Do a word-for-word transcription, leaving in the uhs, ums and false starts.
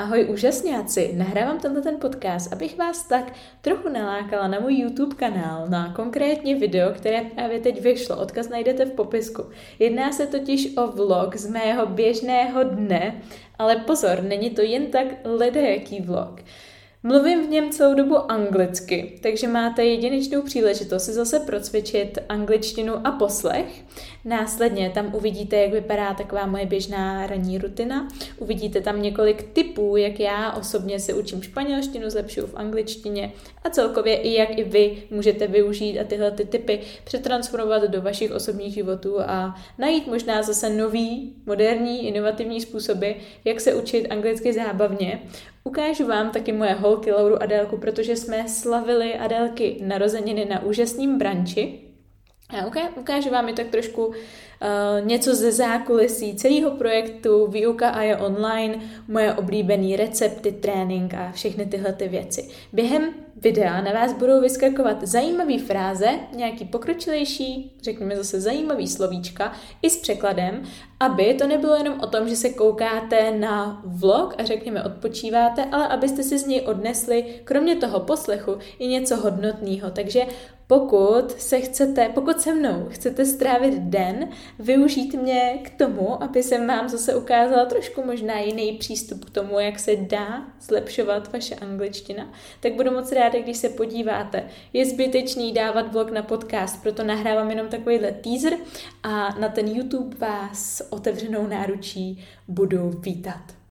Ahoj úžasňáci, nahrávám tenhle ten podcast, abych vás tak trochu nalákala na můj YouTube kanál, na konkrétně video, které právě teď vyšlo, odkaz najdete v popisku. Jedná se totiž o vlog z mého běžného dne, ale pozor, není to jen tak ledajaký vlog. Mluvím v něm celou dobu anglicky, takže máte jedinečnou příležitost si zase procvičit angličtinu a poslech. Následně tam uvidíte, jak vypadá taková moje běžná ranní rutina. Uvidíte tam několik tipů, jak já osobně se učím španělštinu, zlepšuju v angličtině a celkově i jak i vy můžete využít a tyhle ty tipy přetransformovat do vašich osobních životů a najít možná zase nový, moderní, inovativní způsoby, jak se učit anglicky zábavně. Ukážu vám taky moje holky Lauru a Adélku, protože jsme slavili Adélky narozeniny na úžasným branči. A ukážu vám i tak trošku uh, něco ze zákulisí celého projektu, výuka a je online, moje oblíbený recepty, trénink a všechny tyhle ty věci. Během videa na vás budou vyskakovat zajímavé fráze, nějaký pokročilejší, řekněme zase zajímavý slovíčka, i s překladem, aby to nebylo jenom o tom, že se koukáte na vlog a řekněme odpočíváte, ale abyste si z něj odnesli, kromě toho poslechu, i něco hodnotného. Takže pokud se chcete, pokud se mnou chcete strávit den, využít mě k tomu, aby jsem vám zase ukázala trošku možná jiný přístup k tomu, jak se dá zlepšovat vaše angličtina, tak budu moc ráda, když se podíváte. Je zbytečný dávat vlog na podcast, proto nahrávám jenom takovýhle teaser a na ten YouTube vás otevřenou náručí budu vítat.